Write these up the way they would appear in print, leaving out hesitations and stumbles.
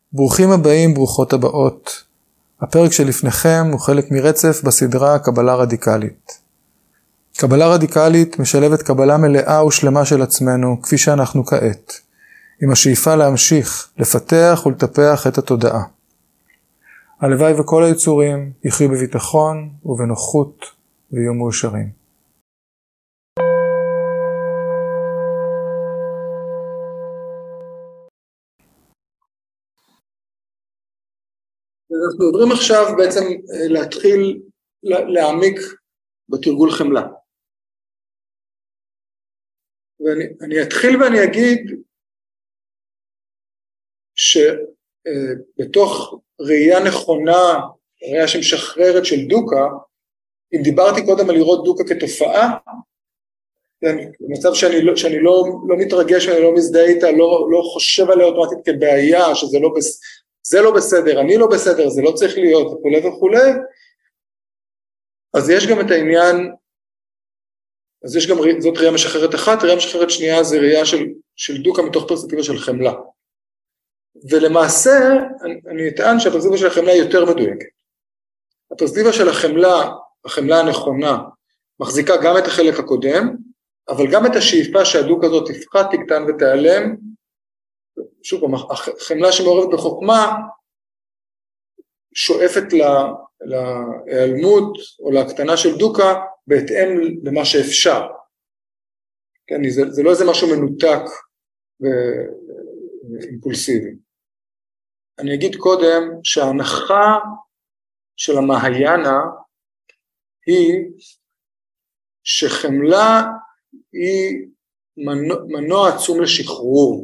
ברוכים הבאים, ברוכות הבאות. הפרק שלפניכם הוא חלק מרצף בסדרה קבלה רדיקלית. קבלה רדיקלית משלבת קבלה מלאה ושלמה של עצמנו, כפי שאנחנו כעת, עם השאיפה להמשיך, לפתח ולטפח את התודעה. הלוואי וכל היצורים יחיו בביטחון ובנוחות ויהיו מאושרים. אנחנו עוברים עכשיו בעצם להתחיל להעמיק בתרגול חמלה. ואני אתחיל ואני אגיד שבתוך ראייה נכונה, ראייה שמשחררת של דוקה, אם דיברתי קודם על לראות דוקה כתופעה, במצב שאני לא מתרגש, אני לא מזדהה איתה, לא חושב עליה אוטומטית כבעיה, זה לא בסדר, אני לא בסדר, זה לא צריך להיות, וכו' וכו'. אז יש גם את העניין, אז יש גם, זאת ראייה משחררת אחת, ראייה משחררת שנייה זה ראייה של דוקה מתוך פרספקטיבה של חמלה. ולמעשה, אני אטען שהפרספקטיבה של החמלה היא יותר מדויקת. הפרספקטיבה של החמלה הנכונה, מחזיקה גם את החלק הקודם, אבל גם את השאיפה שהדוקה הזאת תפחת, תקטן ותיעלם. שוב פעם, החמלה שמעורבת בחוכמה, שואפת להיעלמות או להקטנה של דוקה, בהתאם למה שאפשר. כן, זה לא איזה משהו מנותק ואימפולסיבי. אני אגיד קודם שההנחה של המהיאנה היא שחמלה היא מנוע עצום לשחרור,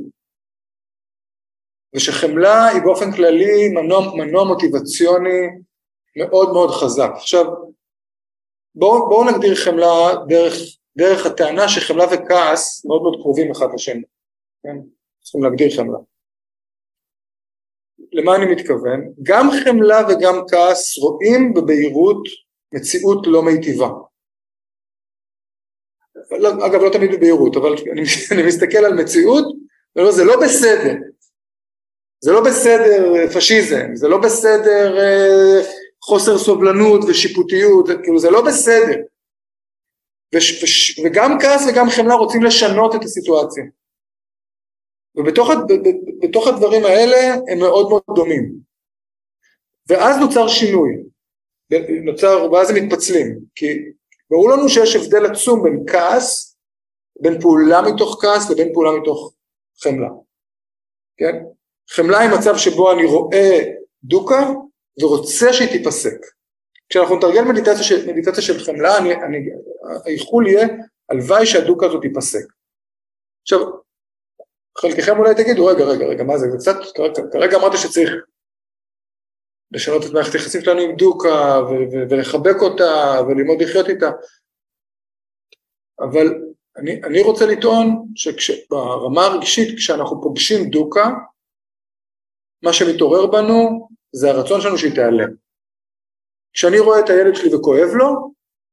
ושחמלה היא באופן כללי מנוע מוטיבציוני מאוד מאוד חזק. עכשיו, בואו נגדיר חמלה דרך הטענה שחמלה וכעס מאוד מאוד קרובים אחד לשני. כן? צריכים להגדיר חמלה. למה אני מתכוון? גם חמלה וגם כעס רואים בבהירות מציאות לא מיטיבה. אגב, לא תמיד בבהירות, אבל אני מסתכל על מציאות, ולא, זה לא בסדר. זה לא בסדר פשיזם, זה לא בסדר חוסר סובלנות ושיפוטיות, כאילו זה לא בסדר. וגם כעס וגם חמלה רוצים לשנות את הסיטואציה. ובתוך הדברים האלה הם מאוד מאוד דומים. ואז נוצר שינוי, ואז הם מתפצלים, כי ברור לנו שיש הבדל עצום בין כעס, בין פעולה מתוך כעס ובין פעולה מתוך חמלה. כן? חמלה היא מצב שבו אני רואה דוקה ורוצה שהיא תיפסק. כשאנחנו נתרגל מדיטציה של חמלה, האיחול יהיה הלוואי שהדוקה הזאת תיפסק. עכשיו, חלקכם אולי תגידו, רגע, מה זה? קצת, כרגע אמרתי שצריך לשנות את מערכת היחסים שלנו עם דוקה ולחבק אותה וללמוד לחיות איתה. אבל אני רוצה לטעון שברמה הרגשית, כשאנחנו פוגשים דוקה, מה שמתעורר בנו זה הרצון שלנו שהיא תיעלם. כשאני רואה את הילד שלי וכואב לו,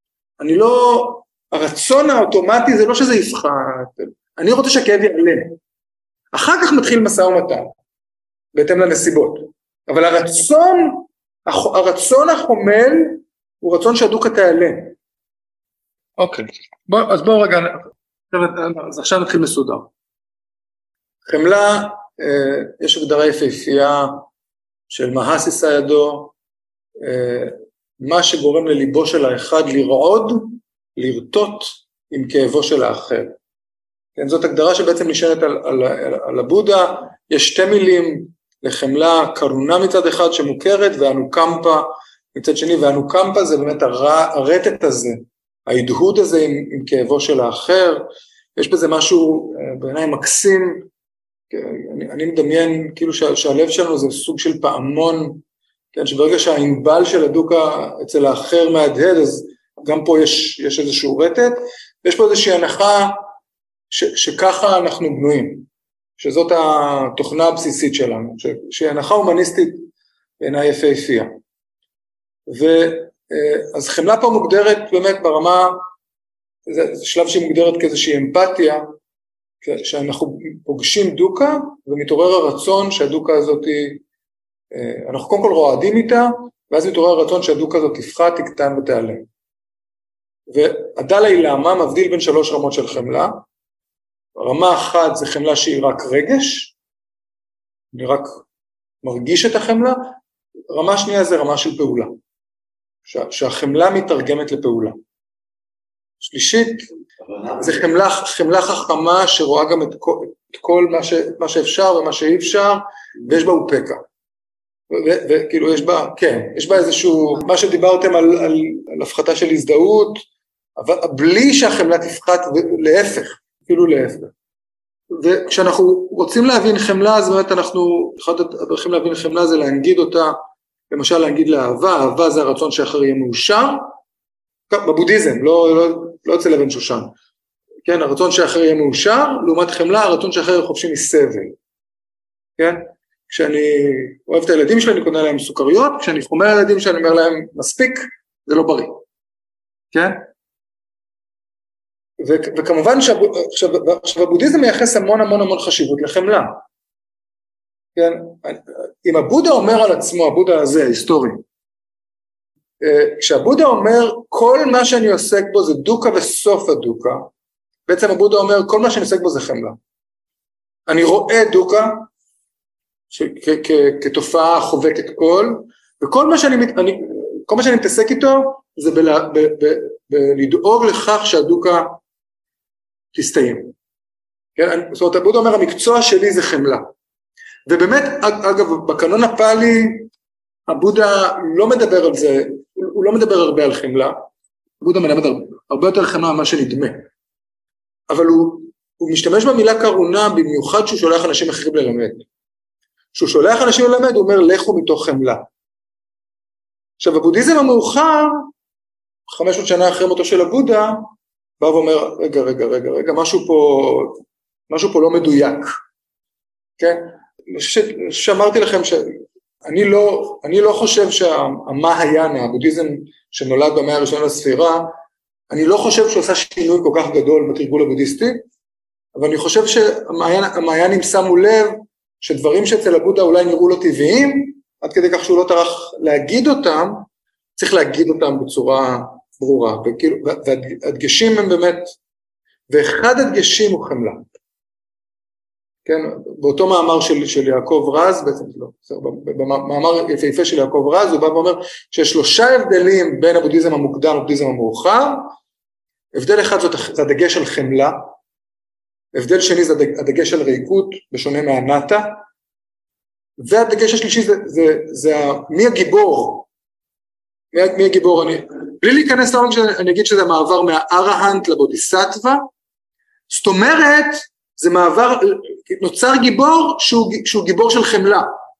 הרצון האוטומטי זה לא שזה יפחת, אני רוצה שהכאב ייעלם. אחר כך מתחיל משא ומתן, בהתאם לנסיבות. אבל הרצון החומל הוא רצון שהדוקה תיעלם. אוקיי, אז בואו רגע, אז עכשיו נתחיל מסודר. חמלה, יש הגדרה יפהפייה של מהסי סיידו, מה שגורם לליבו של האחד לרעוד, לרטוט עם כאבו של האחר. כן, זאת הגדרה שבעצם נשענת על הבודה. יש שתי מילים לחמלה, קרונה מצד אחד שמוכרת, ואנוקמפה מצד שני, ואנוקמפה זה באמת הרטט הזה, ההדהוד הזה עם כאבו של האחר. יש בזה משהו בעיניי מקסים, אני מדמיין כאילו שהלב שלנו זה סוג של פעמון, כן, שברגע שהאינבל של הדוקה אצל האחר מהדהד, אז גם פה יש איזשהו רטט, ויש פה איזושהי הנחה שככה אנחנו בנויים, שזאת התוכנה הבסיסית שלנו, שהיא הנחה הומניסטית בעיניי יפהפייה. אז חמלה פה מוגדרת באמת ברמה, זה שלב שהיא מוגדרת כאיזושהי אמפתיה, שאנחנו פוגשים דוקה, ומתעורר הרצון שהדוקה הזאת אנחנו קודם כל רועדים איתה, ואז מתעורר רצון שהדוקה הזאת תפחת, תקטן ותיעלם. והדלאי למה מבדיל בין 3 רמות של חמלה. רמה אחת זה חמלה שהיא רק רגש, אני רק מרגיש את החמלה. רמה שנייה זה רמה של פעולה, שהחמלה מתרגמת לפעולה. שלישית, זה חמלה חכמה שרואה גם את כל מה שאפשר ומה שאי אפשר, ויש בה אופקה. וכאילו יש בה, כן, יש בה איזשהו, מה שדיברתם על הפחתה של הזדהות, אבל בלי שהחמלה תפחת, להפך, אפילו להפך. וכשאנחנו רוצים להבין חמלה, אז באמת אחד הדרכים להבין חמלה זה להנגיד אותה, למשל להנגיד לאהבה, אהבה זה הרצון שאחר יהיה מאושר, בבודהיזם, לא אצל אבן שושן, כן, הרצון שאחר יהיה מאושר, לעומת חמלה, הרצון שאחר יהיה חופשי מסבל, כן, כשאני אוהב את הילדים שלי, אני קונה להם סוכריות, כשאני חומר לילדים שלי, אני אומר להם, מספיק, זה לא בריא, כן, וכמובן שהבודהיזם מייחס המון חשיבות לחמלה, כן, אם הבודה אומר על עצמו, הבודה הזה, ההיסטורי, כשהבודה אומר, כל מה שאני עוסק בו זה דוקה וסוף הדוקה, בעצם הבודה אומר, כל מה שאני עוסק בו זה חמלה. אני רואה דוקה, כתופעה חובקת וכל מה שאני מתעסק איתו, זה בלדאוג לכך שהדוקה תסתיים. כן? זאת אומרת, הבודה אומר, המקצוע שלי זה חמלה. ובאמת, אגב, בקנון הפאלי, הבודה לא מדבר על זה, הוא לא מדבר הרבה על חמלה, הבודה מדבר הרבה יותר חמלה ממה שנדמה, אבל הוא משתמש במילה קרונה, במיוחד שהוא שולח אנשים אחרים ללמד. כשהוא שולח אנשים ללמד, הוא אומר, לכו מתוך חמלה. עכשיו, הבודהיזם המאוחר, 500 שנה אחרי מותו של הבודה, בא ואומר, רגע, משהו פה לא מדויק. כן? שאמרתי לכם שאני לא חושב שהמהיאנה, הבודהיזם שנולד במאה הראשונה לספירה, אני לא חושב שהוא עושה שינוי כל כך גדול בתרגול הבודהיסטי, אבל אני חושב שהמהיאנים שמו לב שדברים שאצל הבודה אולי נראו לו טבעיים, עד כדי כך שהוא לא טרח להגיד אותם, צריך להגיד אותם בצורה ברורה, והדגשים הם באמת, ואחד הדגשים הוא חמלה. כן, באותו מאמר של יעקב רז, בעצם לא, במאמר יפהפה של יעקב רז, הוא בא ואומר שיש 3 הבדלים בין הבודהיזם המוקדם לבודהיזם המאוחר, הבדל אחד זה הדגש על חמלה, הבדל שני זה הדגש על ריקות, בשונה מהנטה, והדגש השלישי זה מי הגיבור, מי הגיבור, בלי להיכנס לעומק שאני אגיד שזה מעבר מהארהנט לבודיסטווה, זאת אומרת, זה מעבר, נוצר גיבור שהוא גיבור של חמלה.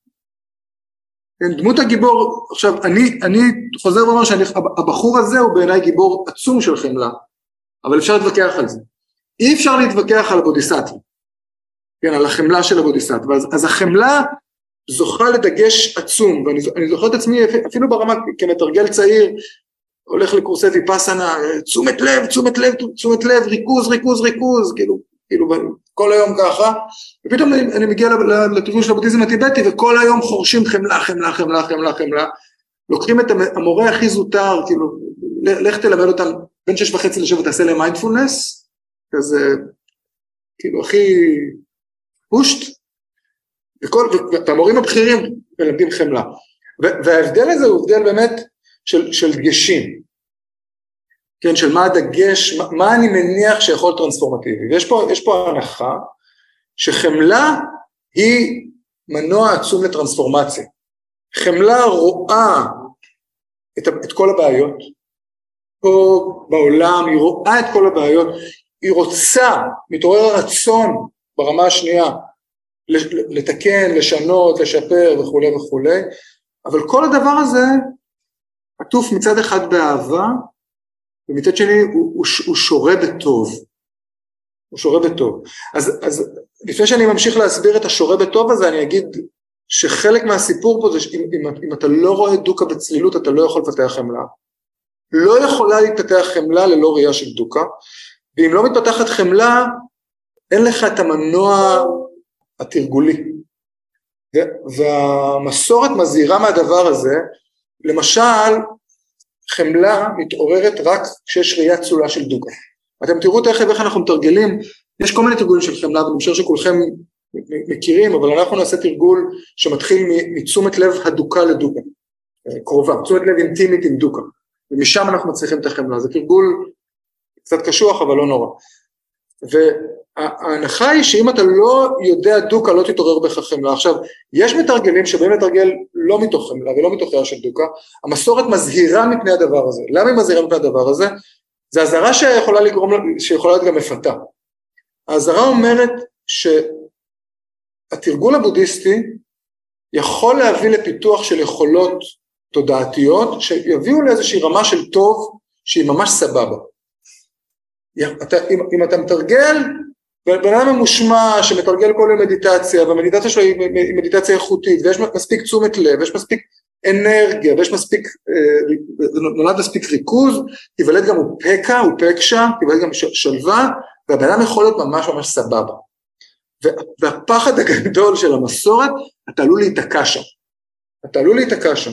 דמות הגיבור, עכשיו אני חוזר ואומר שהבחור הזה הוא בעיניי גיבור עצום של חמלה, אבל אפשר להתווכח על זה. אי אפשר להתווכח על הבודיסטווה, כן, על החמלה של הבודיסטווה, אז החמלה זוכה לדגש עצום, ואני זוכר את עצמי אפילו ברמה כמתרגל צעיר, הולך לקורסי ויפאסנה, תשומת לב, ריכוז, כאילו כל היום ככה, ופתאום אני מגיע לתרגול של הבודהיזם הטיבטי, וכל היום חורשים חמלה, לוקחים את המורה הכי זוטר, כאילו, לך תלמד אותם, בין 6:30 לשבע תעשה להם מיינדפולנס, כזה, כאילו, הכי פושט, והמורים הבכירים מלמדים חמלה, וההבדל הזה הוא הבדל באמת של דגשים, כן, של מה הדגש, מה אני מניח שיכול טרנספורמטיבי, ויש פה הנחה, שחמלה היא מנוע עצום לטרנספורמציה, חמלה רואה את כל הבעיות, פה בעולם היא רואה את כל הבעיות, היא רוצה, מתעורר הרצון ברמה השנייה, לתקן, לשנות, לשפר וכו', אבל כל הדבר הזה עטוף מצד אחד באהבה, ומצד שני הוא שורה בטוב, אז לפני שאני ממשיך להסביר את השורה בטוב הזה, אני אגיד שחלק מהסיפור פה זה שאם אתה לא רואה דוקה בצלילות, אתה לא יכול לפתח חמלה, לא יכולה להתפתח חמלה ללא ראייה של דוקה, ואם לא מתפתחת חמלה, אין לך את המנוע התרגולי, והמסורת מזהירה מהדבר הזה, למשל, חמלה מתעוררת רק כשיש ראייה צלולה של דוקה. אתם תראו תכף איך אנחנו מתרגלים, יש כל מיני תרגולים של חמלה, ואני חושב שכולכם מכירים, אבל אנחנו נעשה תרגול שמתחיל מתשומת לב הדוקה לדוקה, קרובה, תשומת לב אינטימית עם דוקה, ומשם אנחנו מצליחים את החמלה, זה תרגול קצת קשוח אבל לא נורא. וההנחה היא שאם אתה לא יודע דוקה, לא תתעורר בך חמלה. עכשיו, יש מתרגלים שבאים לתרגל לא מתוך חמלה ולא מתוך ראייה של דוקה, המסורת מזהירה מפני הדבר הזה. למה היא מזהירה מפני הדבר הזה? זה הזהרה שיכולה להיות גם מפתה. ההזהרה אומרת שהתרגול הבודהיסטי יכול להביא לפיתוח של יכולות תודעתיות, שיביאו לאיזושהי רמה של טוב שהיא ממש סבבה. אם אתה מתרגל, בן אדם ממושמע שמתרגל כל המדיטציה, והמדיטציה שלו היא מדיטציה איכותית, ויש מספיק תשומת לב, ויש מספיק אנרגיה, ויש מספיק, נולד מספיק ריכוז, תיוולד גם אופקשה, תיוולד גם שלווה, והבן אדם יכול להיות ממש ממש סבבה. והפחד הגדול של המסורת, אתה עלול להיתקע שם.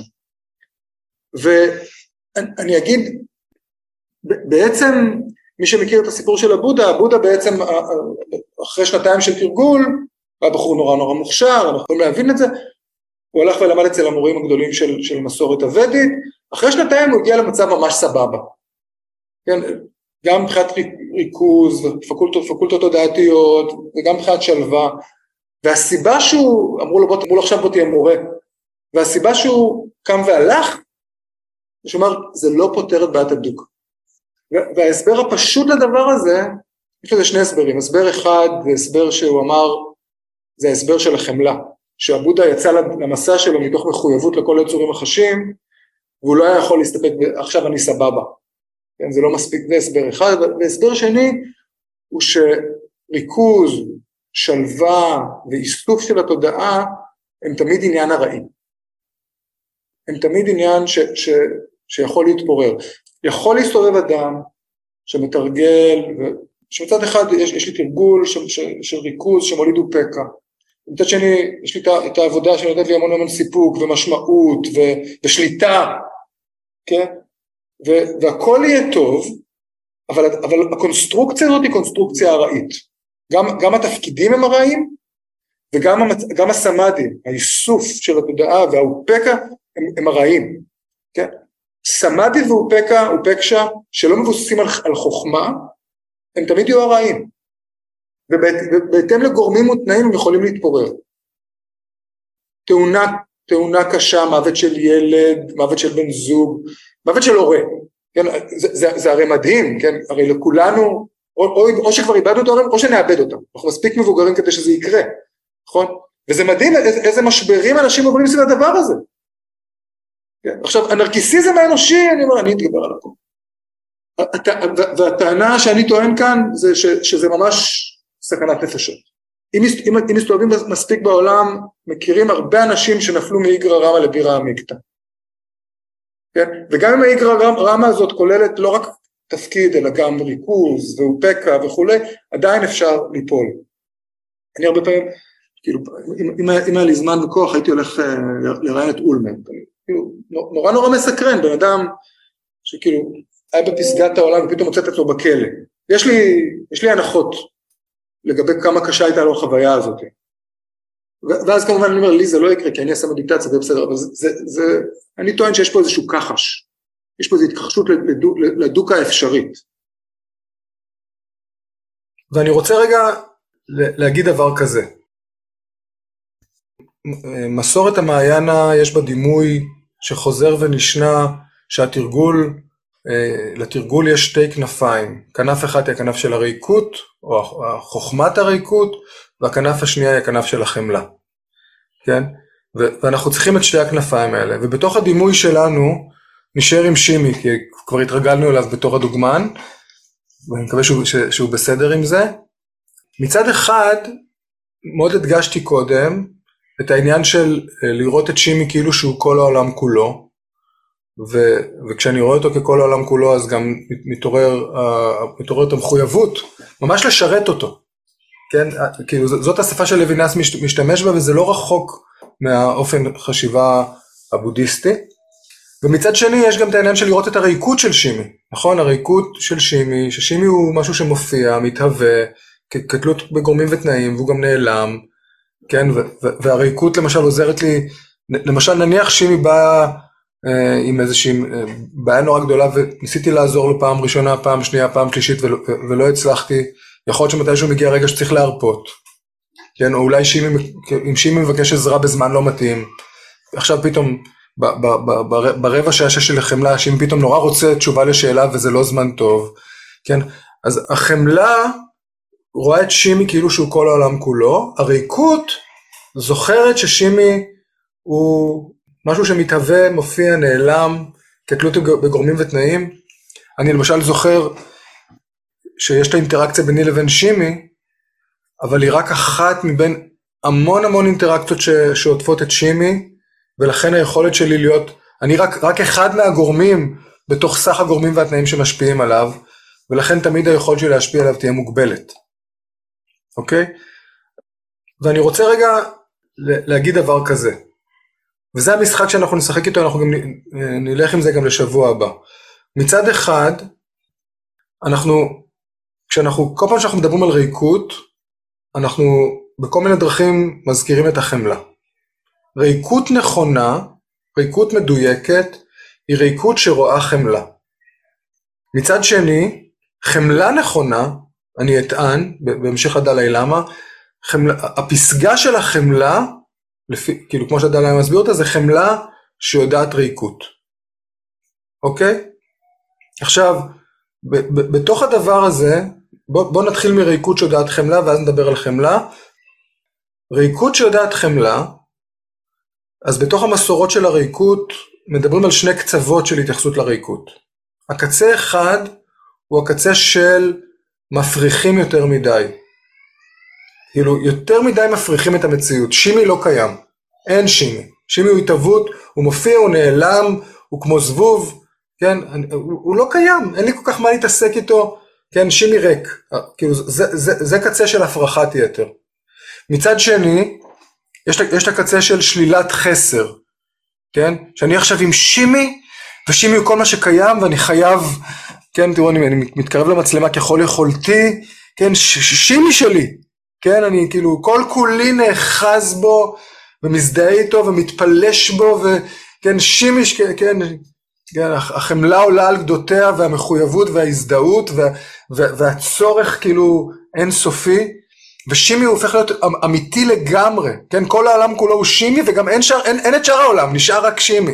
ואני אגיד, בעצם, מי שמכיר את הסיפור של הבודה בעצם אחרי שנתיים של תרגול, הבחור נורא נורא מוכשר, אנחנו יכולים להבין את זה, הוא הלך ולמד אצל המורים הגדולים של מסורת הוודית, אחרי שנתיים הוא הגיע למצב ממש סבבה, כן? גם מבחינת ריכוז, פקולטות תודעתיות, וגם מבחינת שלווה, והסיבה שהוא, אמרו לו עכשיו בוא תהיה מורה, והסיבה שהוא קם והלך, הוא אומר, זה לא פותר את בעיית הדוק. וההסבר הפשוט לדבר הזה, יש לזה שני הסברים, הסבר אחד זה הסבר שהוא אמר, זה ההסבר של החמלה, שהבודה יצא למסע שלו מתוך מחויבות לכל היצורים החשים, והוא לא היה יכול להסתפק, עכשיו אני סבבה, כן, זה לא מספיק, זה הסבר אחד, והסבר שני הוא שריכוז, שלווה ואיסוף של התודעה, הם תמיד עניין הרעי, הם תמיד עניין שיכול להתפורר, יכול להסתובב אדם שמתרגל, שמצד אחד יש לי תרגול של ריכוז שמוליד אופקה, ומצד שני יש לי את העבודה שנותנת לי המון סיפוק ומשמעות ושליטה, כן? והכל יהיה טוב, אבל הקונסטרוקציה הזאת היא קונסטרוקציה הרעית, גם התפקידים הם הרעים, וגם הסמאדי, האיסוף של התודעה והאופקה הם הרעים, כן? סמאדי ואופקשה שלא מבוססים על חוכמה, הם תמיד יהיו הרעים, ובהתאם לגורמים ותנאים הם יכולים להתפורר. תאונה קשה, מוות של ילד, מוות של בן זוג, מוות של הורה, כן? זה הרי מדהים, כן? הרי לכולנו, או שכבר איבדנו את ההורים, או שנאבד אותם, אנחנו מספיק מבוגרים כדי שזה יקרה, נכון? וזה מדהים איזה משברים אנשים עוברים סביב הדבר הזה. עכשיו, הנרקיסיזם האנושי, אני אתגבר על הכל. והטענה שאני טוען כאן, זה שזה ממש סכנת נפשות. אם מסתובבים מספיק בעולם, מכירים הרבה אנשים שנפלו מאיגרא רמא לבירא עמיקתא. כן? וגם אם האיגרא רמא הזאת כוללת לא רק תפקיד, אלא גם ריכוז ואופקה וכו', עדיין אפשר ליפול. אני הרבה פעמים, כאילו, אם היה לי זמן וכוח, הייתי הולך לראיין את אולמן, כאילו, נורא נורא מסקרן, בן אדם שכאילו היה בפסגת העולם ופתאום מוצא את עצמו בכלא. יש לי הנחות לגבי כמה קשה הייתה לו החוויה הזאת. ואז כמובן אני אומר, לי זה לא יקרה, כי אני אעשה מדיטציה, זה בסדר, אבל אני טוען שיש פה איזשהו כחש, יש פה איזו התכחשות לדוקה האפשרית. ואני רוצה רגע להגיד דבר כזה. מסורת המעיינה יש בה דימוי שחוזר ונשנה, לתרגול יש שתי כנפיים, כנף אחת היא הכנף של הריקות, או חוכמת הריקות, והכנף השנייה היא הכנף של החמלה, כן? ואנחנו צריכים את שתי הכנפיים האלה, ובתוך הדימוי שלנו נשאר עם שימי, כי כבר התרגלנו אליו בתור הדוגמן, ואני מקווה שהוא בסדר עם זה. מצד אחד, מאוד הדגשתי קודם, את העניין של לראות את שימי כאילו שהוא כל העולם כולו, וכשאני רואה אותו ככל העולם כולו, אז גם מתעוררת המחויבות, ממש לשרת אותו, כן? כאילו, זאת השפה של לוינס משתמש בה, וזה לא רחוק מהאופן חשיבה הבודהיסטי. ומצד שני יש גם את העניין של לראות את הריקות של שימי, נכון? הריקות של שימי, ששימי הוא משהו שמופיע, מתהווה, כתלות בגורמים ותנאים, והוא גם נעלם, כן? והריקות למשל עוזרת לי, למשל נניח שימי בא עם איזושהי בעיה נורא גדולה, וניסיתי לעזור לו פעם ראשונה, פעם שנייה, פעם שלישית, ולא הצלחתי, יכול להיות שמתישהו מגיע רגע שצריך להרפות, כן? או אולי אם שימי מבקש עזרה בזמן לא מתאים, עכשיו פתאום, ברבע שעה של החמלה, שאם פתאום נורא רוצה תשובה לשאלה וזה לא זמן טוב, כן? אז החמלה רואה את שימי כאילו שהוא כל העולם כולו, הריקות זוכרת ששימי הוא משהו שמתהווה, מופיע, נעלם, כתלות בגורמים ותנאים. אני למשל זוכר שיש את האינטראקציה ביני לבין שימי, אבל היא רק אחת מבין המון אינטראקציות שעוטפות את שימי, ולכן היכולת שלי להיות, אני רק אחד מהגורמים בתוך סך הגורמים והתנאים שמשפיעים עליו, ולכן תמיד היכולת שלי להשפיע עליו תהיה מוגבלת. אוקיי? ואני רוצה רגע להגיד דבר כזה, וזה המשחק שאנחנו נשחק איתו, אנחנו גם נלך עם זה גם לשבוע הבא. מצד אחד, כל פעם שאנחנו מדברים על ריקות, אנחנו בכל מיני דרכים מזכירים את החמלה. ריקות נכונה, ריקות מדויקת, היא ריקות שרואה חמלה. מצד שני, חמלה נכונה, אני אטען, בהמשך הדלאי למה, הפסגה של החמלה, כאילו כמו שהדלאי מסביר אותה, זה חמלה שיודעת ריקות. אוקיי? עכשיו, בתוך הדבר הזה, בוא נתחיל מריקות שיודעת חמלה, ואז נדבר על חמלה. ריקות שיודעת חמלה, אז בתוך המסורות של הריקות, מדברים על שני קצוות של התייחסות לריקות. הקצה אחד, הוא הקצה של מפריחים יותר מדי. כאילו, יותר מדי מפריחים את המציאות. שימי לא קיים. אין שימי. שימי הוא התהוות, הוא מופיע, הוא נעלם, הוא כמו זבוב, כן? הוא לא קיים. אין לי כל כך מה להתעסק איתו, כן? שימי ריק. כאילו, זה קצה של הפרחת יתר. מצד שני, יש את הקצה של שלילת חסר, כן? שאני עכשיו עם שימי, ושימי הוא כל מה שקיים, ואני חייב, כן, תראו, אני מתקרב למצלמה ככל יכולתי, כן, שימי שלי, כן, אני כאילו כל כולי נאחז בו, ומזדהה איתו, ומתפלש בו, וכן, שימי, כן, החמלה עולה על גדותיה, והמחויבות וההזדהות, והצורך כאילו אינסופי, ושימי הוא הופך להיות אמיתי לגמרי, כן, כל העולם כולו הוא שימי, וגם אין את שאר העולם, נשאר רק שימי.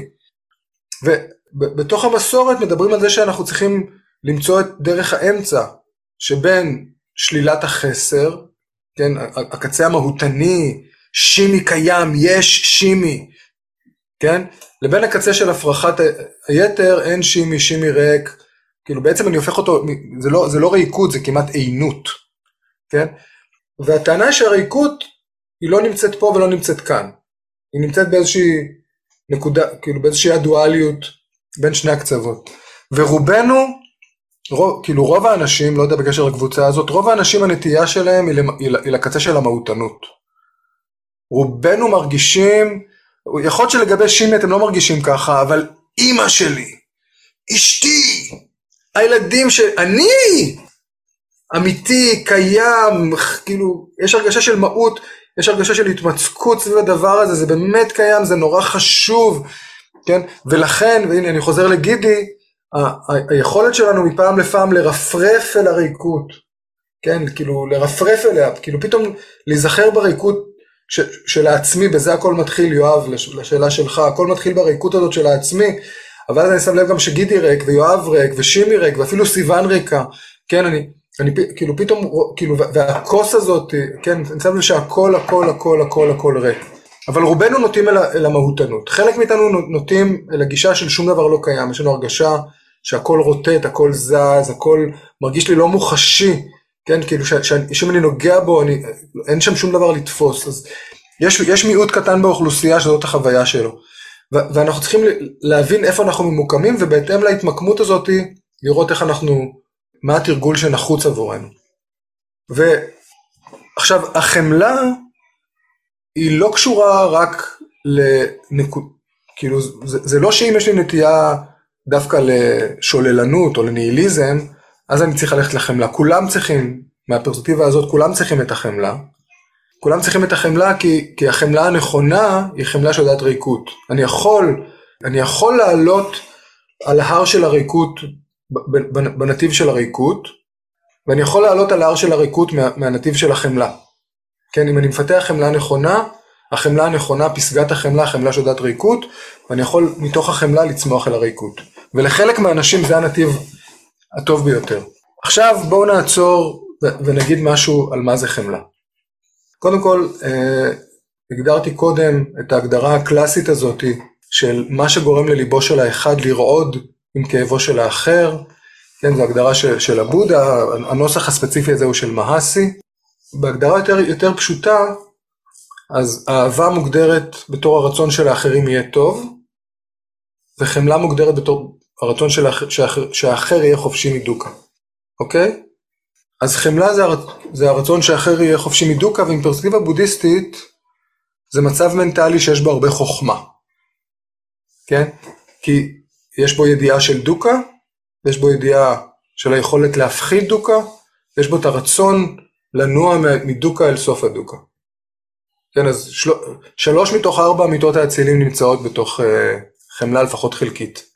ובתוך המסורת מדברים על זה שאנחנו צריכים למצוא את דרך האמצע, שבין שלילת החסר, כן, הקצה המהותני, שימי קיים, יש שימי, כן, לבין הקצה של הפרחת היתר, אין שימי, שימי ריק, כאילו בעצם אני הופך אותו, זה לא ריקות, זה כמעט עינות, כן, והטענה שהריקות היא לא נמצאת פה ולא נמצאת כאן. היא נמצאת באיזושהי נקודה, כאילו באיזושהי הדואליות בין שני הקצוות. ורובנו, כאילו רוב האנשים, לא יודע בקשר לקבוצה הזאת, רוב האנשים הנטייה שלהם היא לקצה של המהותנות. רובנו מרגישים, יכול להיות שלגבי שימי אתם לא מרגישים ככה, אבל אמא שלי, אשתי, הילדים אני אמיתי, קיים, כאילו, יש הרגשה של מהות, יש הרגשה של התמצקות סביב הדבר הזה, זה באמת קיים, זה נורא חשוב, כן? ולכן, והנה אני חוזר לגידי, היכולת שלנו מפעם לפעם לרפרף אל הריקות, כן? כאילו, לרפרף אליה, כאילו פתאום להיזכר בריקות של העצמי, בזה הכל מתחיל, יואב, לשאלה שלך, הכל מתחיל בריקות הזאת של העצמי, אבל אני שם לב גם שגידי ריק, ויואב ריק, ושימי ריק, ואפילו סיוון ריקה, כן? אני כאילו פתאום, כאילו, והכוס הזאת, כן, אני שם לב שהכל ריק. אבל רובנו נוטים אל המהותנות. חלק מאיתנו נוטים אל הגישה של שום דבר לא קיים. יש לנו הרגשה שהכל רוטט, הכל זז, הכל מרגיש לי לא מוחשי, כן, כאילו שאם אני נוגע בו, אין שם שום דבר לתפוס. אז יש מיעוט קטן באוכלוסייה שזאת החוויה שלו. ואנחנו צריכים להבין איפה אנחנו ממוקמים, ובהתאם להתמקמות הזאת, לראות איך מה התרגול שנחוץ עבורנו. ועכשיו, החמלה היא לא קשורה רק כאילו זה לא שאם יש לי נטייה דווקא לשוללנות או לניהיליזם, אז אני צריך ללכת לחמלה. כולם צריכים, מהפרספקטיבה הזאת, כולם צריכים את החמלה. כולם צריכים את החמלה כי החמלה הנכונה היא חמלה שיודעת ריקות. אני יכול לעלות על ההר של הריקות, בנתיב של הריקות, ואני יכול לעלות על ההר של הריקות מהנתיב של החמלה. כן, אם אני מפתח חמלה נכונה, החמלה הנכונה, פסגת החמלה, החמלה שיודעת ריקות, ואני יכול מתוך החמלה לצמוח אל הריקות. ולחלק מהאנשים זה הנתיב הטוב ביותר. עכשיו בואו נעצור ונגיד משהו על מה זה חמלה. קודם כל, הגדרתי קודם את ההגדרה הקלאסית הזאת של מה שגורם לליבו של האחד לרעוד עם כאבו של האחר. כן, זו הגדרה של הבודה, הנוסח הספציפי הזה הוא של מהאסי. בהגדרה יותר פשוטה, אז אהבה מוגדרת בתור הרצון של האחרים יהיה טוב, וחמלה מוגדרת בתור הרצון שהאחר יהיה חופשי מדוקה. אוקיי? אז חמלה זה הרצון שהאחר יהיה חופשי מדוקה, ועם פרספקטיבה בודהיסטית, זה מצב מנטלי שיש בו הרבה חוכמה. כן? כי יש בו ידיעה של דוקה, יש בו ידיעה של היכולת להפחיד דוקה, יש בו את הרצון לנוע מדוקה אל סוף הדוקה. כן, אז 3 מתוך 4 אמיתות האצילים נמצאות בתוך חמלה לפחות חלקית.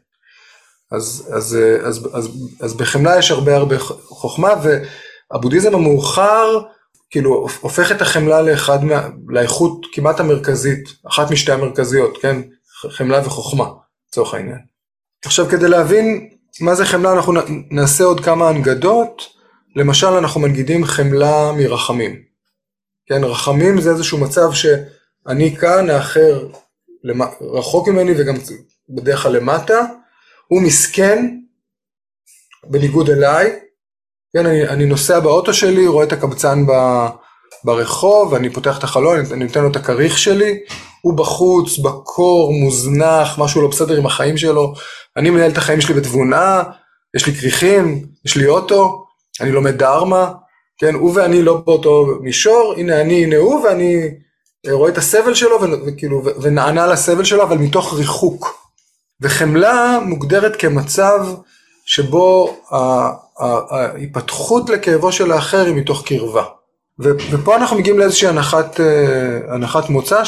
אז בחמלה יש הרבה חוכמה, והבודהיזם המאוחר כאילו הופך את החמלה לאיכות כמעט המרכזית, אחת משתי המרכזיות, כן? חמלה וחוכמה, לצורך העניין. עכשיו כדי להבין מה זה חמלה, אנחנו נעשה עוד כמה הנגדות. למשל אנחנו מנגידים חמלה מרחמים. כן, רחמים זה איזשהו מצב שאני כאן, האחר רחוק ממני וגם בדרך כלל למטה, הוא מסכן בניגוד אליי. כן, אני נוסע באוטו שלי, רואה את הקבצן ברחוב, אני פותח את החלון, אני נותן לו את הכריך שלי, הוא בחוץ, בקור, מוזנח, משהו לא בסדר עם החיים שלו, אני מנהל את החיים שלי בתבונה, יש לי כריכים, יש לי אוטו, אני לומד דהרמה, כן, הוא ואני לא באותו מישור, הנה הוא, ואני רואה את הסבל שלו, וכאילו, ונענה לסבל שלו, אבל מתוך ריחוק. וחמלה מוגדרת כמצב שבו ההיפתחות לכאבו של האחר היא מתוך קרבה. ופה אנחנו מגיעים לאיזושהי הנחת מוצא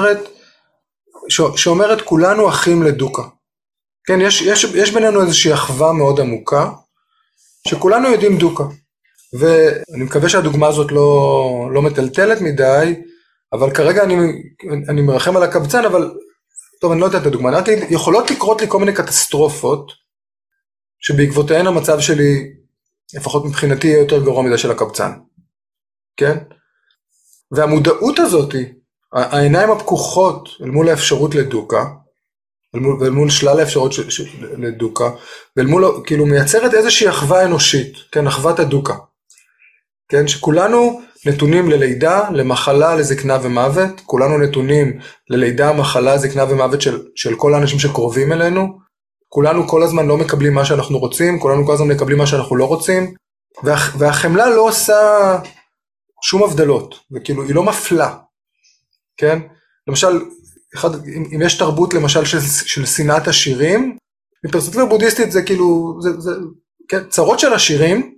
שאומרת כולנו אחים לדוקה. כן, יש בינינו איזושהי אחווה מאוד עמוקה, שכולנו יודעים דוקה. ואני מקווה שהדוגמה הזאת לא מטלטלת מדי, אבל כרגע אני מרחם על הקבצן, אבל טוב, אני לא יודעת את הדוגמה. אני רק יכולות לקרות לי כל מיני קטסטרופות, שבעקבותיהן המצב שלי, לפחות מבחינתי, יהיה יותר גרוע מדי של הקבצן. כן? והמודעות הזאת, העיניים הפקוחות אל מול האפשרות לדוקה, ואל מול שלל האפשרות לדוקה, ואל מול, כאילו, מייצרת איזושהי אחווה אנושית, כן? אחוות הדוקה. כן? שכולנו נתונים ללידה, למחלה, לזקנה ומוות, כולנו נתונים ללידה, מחלה, זקנה ומוות של כל האנשים שקרובים אלינו, כולנו כל הזמן לא מקבלים מה שאנחנו רוצים, כולנו כל הזמן מקבלים מה שאנחנו לא רוצים, והחמלה לא עושה שום הבדלות, וכאילו היא לא מפלה, כן? למשל, אם יש תרבות למשל של שנאת השירים, בפרספקטיבה בודהיסטית זה כאילו, כן, צרות של השירים,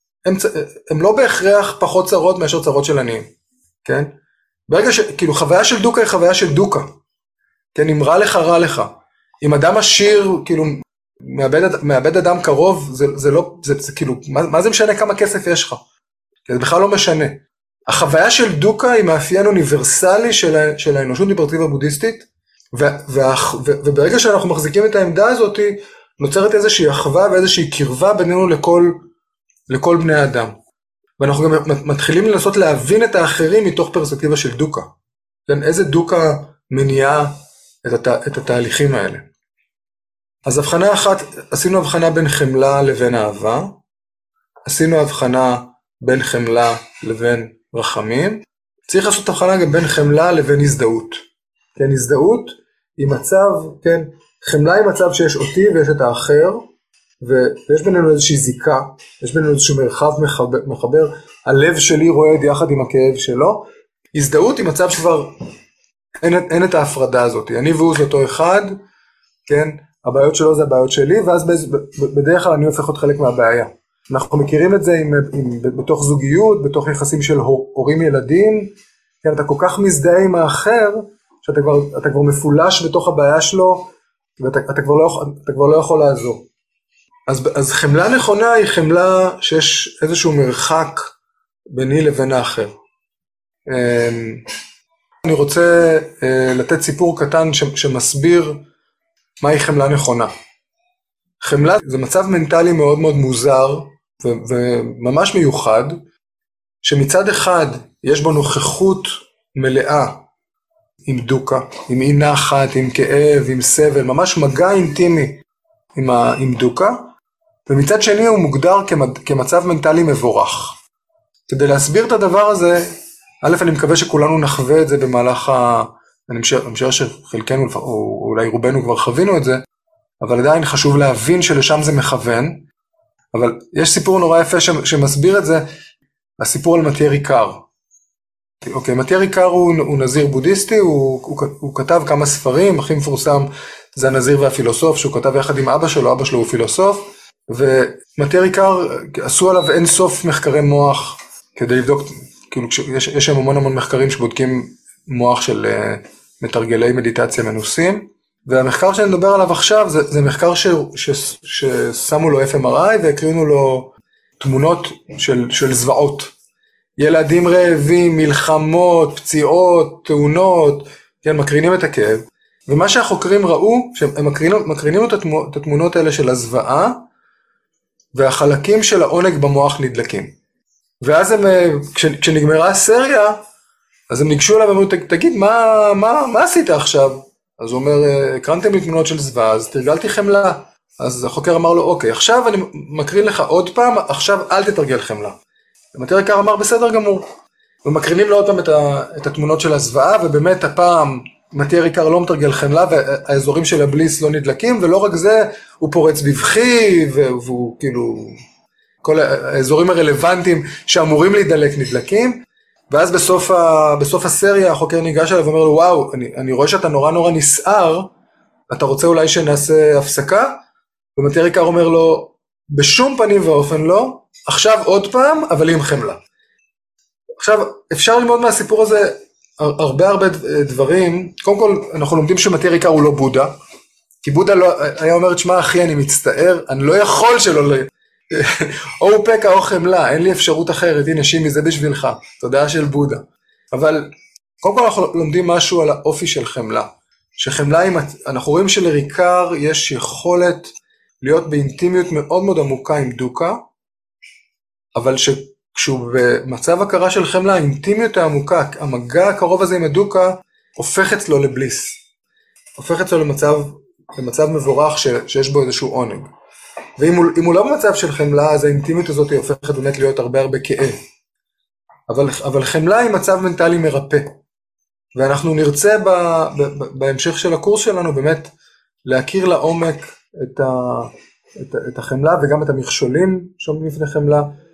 הם לא בהכרח פחות צרות מאשר צרות של עניים, כן? ברגע שכאילו חוויה של דוקה היא חוויה של דוקה, כן? אם רע לך, רע לך. אם אדם עשיר, כאילו, מאבד אדם קרוב, זה כאילו, מה זה משנה כמה כסף יש לך? זה בכלל לא משנה. החוויה של דוקה היא מאפיין אוניברסלי של האנושות בפרספקטיבה בודהיסטית, וברגע שאנחנו מחזיקים את העמדה הזאת, נוצרת איזושהי אחווה ואיזושהי קרבה בינינו לכל בני האדם. ואנחנו גם מתחילים לנסות להבין את האחרים מתוך פרספקטיבה של דוקה. כן, איזה דוקה מניעה את התהליכים האלה. אז הבחנה אחת, עשינו הבחנה בין חמלה לבין אהבה, עשינו הבחנה בין חמלה לבין רחמים, צריך לעשות הבחנה גם בין חמלה לבין הזדהות. כן, הזדהות היא מצב, כן, חמלה היא מצב שיש אותי ויש את האחר, ויש בינינו איזושהי זיקה, יש בינינו איזשהו מרחב מחבר, הלב שלי רועד יחד עם הכאב שלו. הזדהות היא מצב שכבר אין את ההפרדה הזאת, אני והוא זה אותו אחד, כן, הבעיות שלו זה הבעיות שלי, ואז בדרך כלל אני הופך להיות חלק מהבעיה. אנחנו מכירים את זה בתוך זוגיות, בתוך יחסים של הורים ילדים, כן, אתה כל כך מזדהה עם האחר, שאתה כבר מפולש בתוך הבעיה שלו, ואתה כבר לא יכול לעזור. אז חמלה נכונה היא חמלה שיש איזשהו מרחק ביני לבין האחר. אני רוצה לתת סיפור קטן שמסביר מהי חמלה נכונה. חמלה זה מצב מנטלי מאוד מאוד מוזר וממש מיוחד, שמצד אחד יש בו נוכחות מלאה עם דוקה, עם אי נחת, עם כאב, עם סבל, ממש מגע אינטימי עם דוקה, ומצד שני הוא מוגדר כמצב מנטלי מבורך. כדי להסביר את הדבר הזה, א', אני מקווה שכולנו נחווה את זה במהלך אני משער שחלקנו, או אולי רובנו כבר חווינו את זה, אבל עדיין חשוב להבין שלשם זה מכוון. אבל יש סיפור נורא יפה שמסביר את זה, הסיפור על מתיה ריקר. אוקיי, מתיה ריקר הוא נזיר בודהיסטי, הוא כתב כמה ספרים, הכי מפורסם זה הנזיר והפילוסוף, שהוא כתב יחד עם אבא שלו הוא פילוסוף, ומתיה ריקר עשו עליו אין סוף מחקרי מוח, כדי לבדוק, כאילו יש שם המון מחקרים שבודקים מוח של מתרגלי מדיטציה מנוסים, והמחקר שאני מדבר עליו עכשיו זה מחקר ששמו לו FMRI והקרינו לו תמונות של זוועות. ילדים רעבים, מלחמות, פציעות, תאונות, כן, מקרינים את הכאב. ומה שהחוקרים ראו, שהם מקרינים את התמונות האלה של הזוועה, והחלקים של העונג במוח נדלקים. ואז כשנגמרה הסריה, אז הם ניגשו אליו ואמרו, תגיד, מה עשית עכשיו? אז הוא אומר, הקרנתם לי תמונות של זוועה, אז תרגלתי חמלה. אז החוקר אמר לו, אוקיי, עכשיו אני מקרין לך עוד פעם, עכשיו אל תתרגל חמלה. ומתיה ריקר אמר, בסדר גמור. ומקרינים לו עוד פעם את התמונות של הזוועה, ובאמת הפעם מתיה ריקר לא מתרגל חמלה, והאזורים של הבליס לא נדלקים, ולא רק זה, הוא פורץ בבכי, והוא כאילו, כל האזורים הרלוונטיים שאמורים להידלק נדלקים, ואז בסוף הסריה החוקר ניגש אליו ואומר לו, וואו, אני רואה שאתה נורא נסער, אתה רוצה אולי שנעשה הפסקה? ומתיה ריקר אומר לו, בשום פנים ואופן לא, עכשיו עוד פעם, אבל עם חמלה. עכשיו, אפשר ללמוד מהסיפור הזה הרבה דברים. קודם כל, אנחנו לומדים שמתיה ריקר הוא לא בודה, כי בודה לא, היה אומר, שמע אחי, אני מצטער, אני לא יכול שלא או פקע או חמלה, אין לי אפשרות אחרת, הנה שימי, זה בשבילך, תודעה של בודה. אבל קודם כל אנחנו לומדים משהו על האופי של חמלה, שחמלה, אנחנו רואים שלריקר יש יכולת להיות באינטימיות מאוד מאוד עמוקה עם דוקה, אבל כשהוא במצב הכרה של חמלה, האינטימיות העמוקה, המגע הקרוב הזה עם הדוקה, הופך אצלו לבליס, הופך אצלו למצב מבורך שיש בו איזשהו עונג. ואם הוא לא במצב של חמלה, אז האינטימיות הזאת הופכת באמת להיות הרבה כאב. אבל חמלה היא מצב מנטלי מרפא. ואנחנו נרצה בהמשך של הקורס שלנו באמת להכיר לעומק את החמלה וגם את המכשולים שעומדים לפני חמלה,